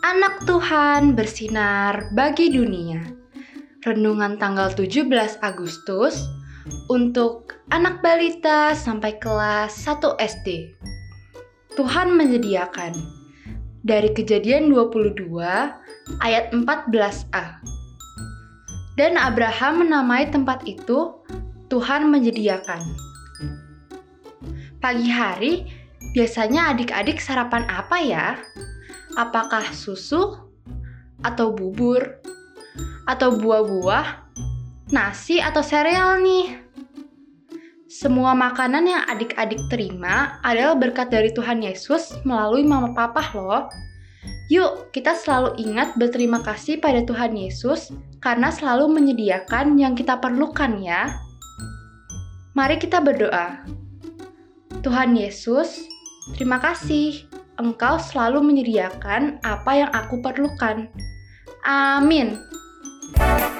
Anak Tuhan bersinar bagi dunia. Renungan tanggal 17 Agustus untuk anak balita sampai kelas 1 SD. Tuhan menyediakan. Dari Kejadian 22 ayat 14a. Dan Abraham menamai tempat itu Tuhan menyediakan. Pagi hari biasanya adik-adik sarapan apa ya? Apakah susu? Atau bubur? Atau buah-buah? Nasi atau sereal nih? Semua makanan yang adik-adik terima adalah berkat dari Tuhan Yesus melalui mama papa loh. Yuk, kita selalu ingat berterima kasih pada Tuhan Yesus karena selalu menyediakan yang kita perlukan ya. Mari kita berdoa. Tuhan Yesus, terima kasih. Engkau selalu menyediakan apa yang aku perlukan. Amin.